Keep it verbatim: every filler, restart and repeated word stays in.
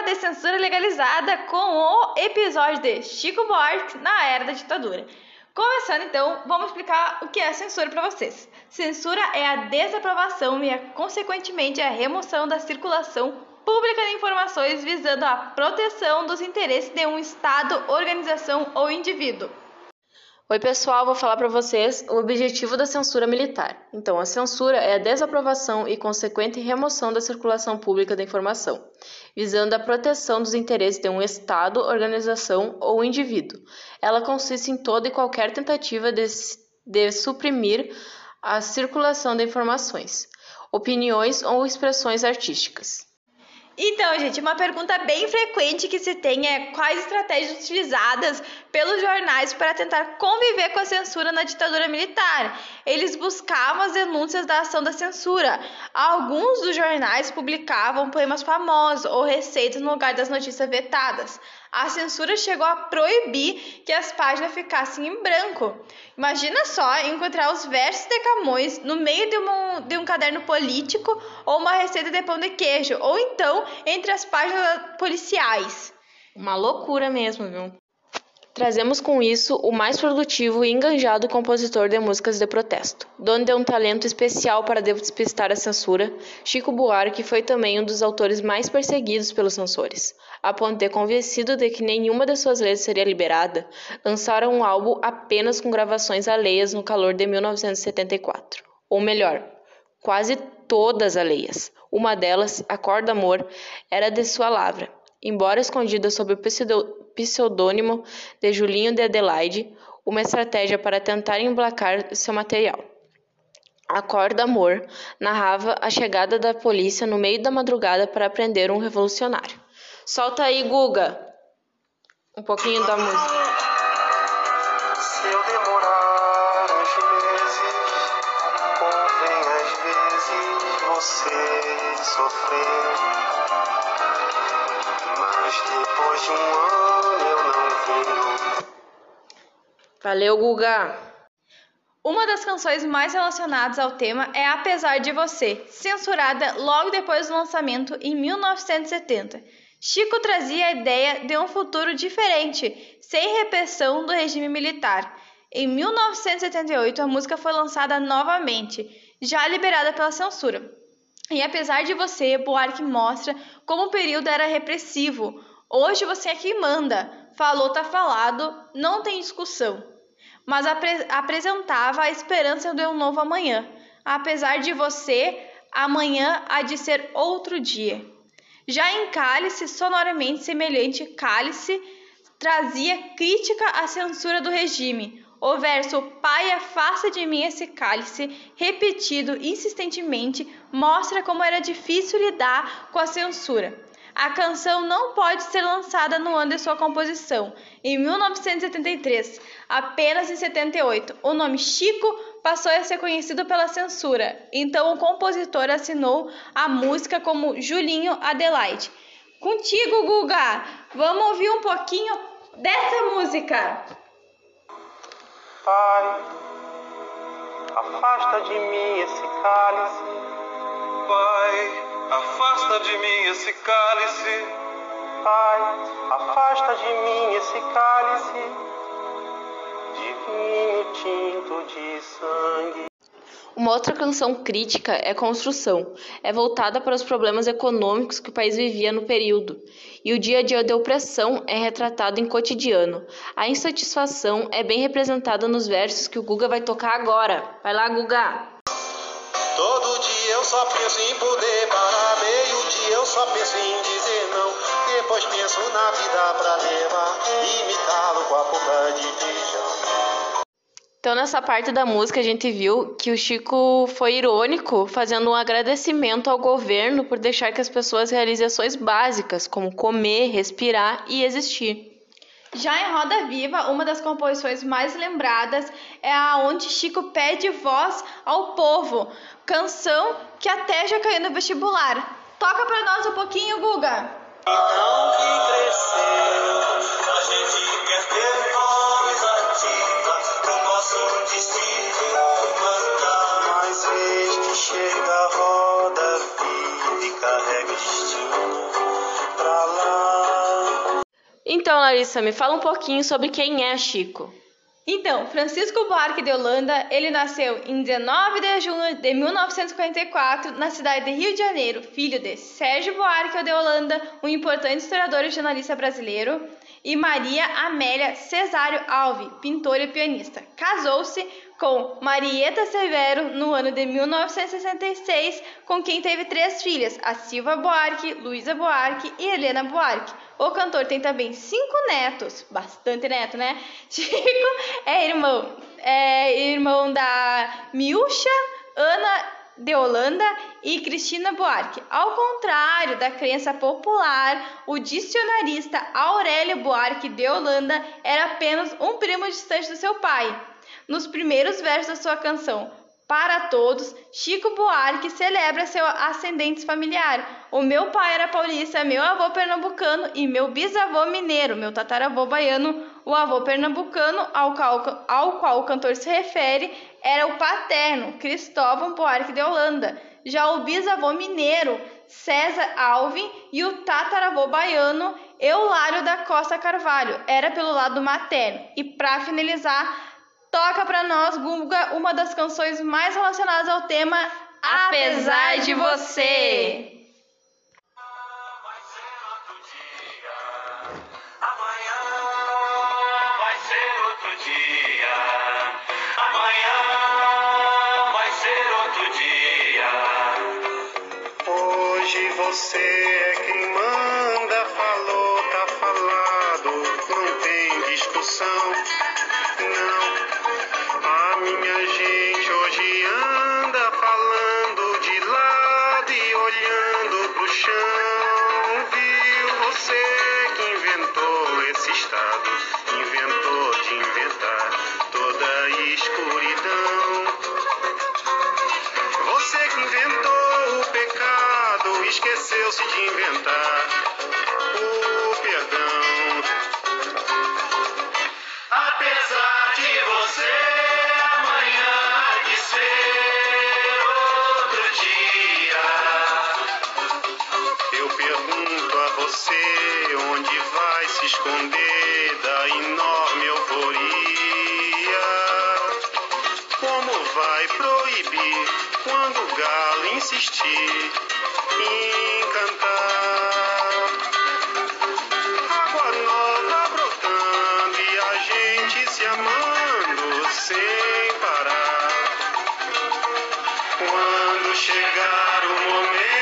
ter censura legalizada com o episódio de Chico Buarque na era da ditadura. Começando então, vamos explicar o que é censura para vocês. Censura é a desaprovação e, a, consequentemente, a remoção da circulação pública de informações visando a proteção dos interesses de um Estado, organização ou indivíduo. Oi pessoal, vou falar para vocês o objetivo da censura militar. Então, a censura é a desaprovação e consequente remoção da circulação pública da informação, visando a proteção dos interesses de um Estado, organização ou indivíduo. Ela consiste em toda e qualquer tentativa de, de suprimir a circulação de informações, opiniões ou expressões artísticas. Então, gente, uma pergunta bem frequente que se tem é quais estratégias utilizadas pelos jornais para tentar conviver com a censura na ditadura militar. Eles buscavam as denúncias da ação da censura. Alguns dos jornais publicavam poemas famosos ou receitas no lugar das notícias vetadas. A censura chegou a proibir que as páginas ficassem em branco. Imagina só encontrar os versos de Camões no meio de um, de um caderno político ou uma receita de pão de queijo, ou então entre as páginas policiais. Uma loucura mesmo, viu? Trazemos com isso o mais produtivo e enganjado compositor de músicas de protesto. Dono de um talento especial para despistar a censura, Chico Buarque foi também um dos autores mais perseguidos pelos censores. A ponto de, convencido de que nenhuma de suas letras seria liberada, lançaram um álbum apenas com gravações alheias no calor de mil novecentos e setenta e quatro. Ou melhor, quase todas alheias. Uma delas, Acorda Amor, era de sua lavra. Embora escondida sob o pseudônimo de Julinho de Adelaide, uma estratégia para tentar emplacar seu material. Acorda Amor narrava a chegada da polícia no meio da madrugada para prender um revolucionário. Solta aí, Guga, um pouquinho da música. Se eu demorar uns meses, convém às vezes você sofrer. Mas depois de um ano eu não vim. Valeu, Guga! Uma das canções mais relacionadas ao tema é Apesar de Você, censurada logo depois do lançamento em mil novecentos e setenta. Chico trazia a ideia de um futuro diferente, sem repressão do regime militar. Em mil novecentos e setenta e oito, a música foi lançada novamente, já liberada pela censura. E apesar de você, Buarque mostra como o período era repressivo. Hoje você é quem manda. Falou, tá falado, não tem discussão. Mas apre- apresentava a esperança de um novo amanhã. Apesar de você, amanhã há de ser outro dia. Já em Cálice, sonoramente semelhante, Cálice trazia crítica à censura do regime. O verso Pai, afasta de mim esse cálice, repetido insistentemente, mostra como era difícil lidar com a censura. A canção não pode ser lançada no ano de sua composição, em mil novecentos e setenta e três. Apenas em setenta e oito, o nome Chico passou a ser conhecido pela censura. Então o compositor assinou a música como Julinho Adelaide. Contigo, Guga! Vamos ouvir um pouquinho dessa música. Pai, afasta de mim esse cálice. Pai, afasta de mim esse cálice. Pai, afasta de mim esse cálice de vinho tinto de sangue. Uma outra canção crítica é Construção. É voltada para os problemas econômicos que o país vivia no período. E o dia a dia de opressão é retratado em cotidiano. A insatisfação é bem representada nos versos que o Guga vai tocar agora. Vai lá, Guga! Todo dia eu só penso em poder parar, meio dia eu só penso em dizer não. Depois penso na vida pra levar e me calo com a boca de feijão. Então, nessa parte da música, a gente viu que o Chico foi irônico, fazendo um agradecimento ao governo por deixar que as pessoas realizem ações básicas, como comer, respirar e existir. Já em Roda Viva, uma das composições mais lembradas é a onde Chico pede voz ao povo, canção que até já caiu no vestibular. Toca pra nós um pouquinho, Guga! Então que cresceu, a gente quer ter voz ativa pro nosso destino mandar. Mas eis que chega a roda viva e carrega destino pra lá. Então, Larissa, me fala um pouquinho sobre quem é Chico. Então, Francisco Buarque de Holanda, ele nasceu em dezenove de junho de mil novecentos e cinquenta e quatro, na cidade de Rio de Janeiro, filho de Sérgio Buarque de Holanda, um importante historiador e jornalista brasileiro, e Maria Amélia Cesário Alves, pintora e pianista. Casou-se com Marieta Severo no ano de mil novecentos e sessenta e seis, com quem teve três filhas, a Silva Buarque, Luísa Buarque e Helena Buarque. O cantor tem também cinco netos, bastante neto, né? Chico é irmão, é irmão da Milcha, Ana de Holanda e Cristina Buarque. Ao contrário da crença popular, o dicionarista Aurélio Buarque de Holanda era apenas um primo distante do seu pai. Nos primeiros versos da sua canção Para Todos, Chico Buarque celebra seu ascendente familiar. O meu pai era paulista, meu avô pernambucano e meu bisavô mineiro, meu tataravô baiano. O avô pernambucano ao qual, ao qual o cantor se refere era o paterno, Cristóvão Buarque de Holanda. Já o bisavô mineiro, César Alvim, e o tataravô baiano, Eulário da Costa Carvalho, era pelo lado materno. E para finalizar, toca pra nós, Guga, uma das canções mais relacionadas ao tema Apesar de Você. Vai ser outro dia. Amanhã vai ser outro dia. Amanhã vai ser outro dia. Hoje você é quem manda, falou, tá falado, não tem discussão, não. A minha gente hoje anda falando de lado e olhando pro chão. Viu você que inventou esse estado, inventou de inventar toda a escuridão. Você que inventou o pecado, esqueceu-se de inventar o perdão. Apesar de você, amanhã há de ser outro dia. Eu pergunto a você, onde vai se esconder da enorme euforia? Como vai proibir quando o galo insistir em cantar? Água nova brotando e a gente se amando sem parar. Quando chegar o momento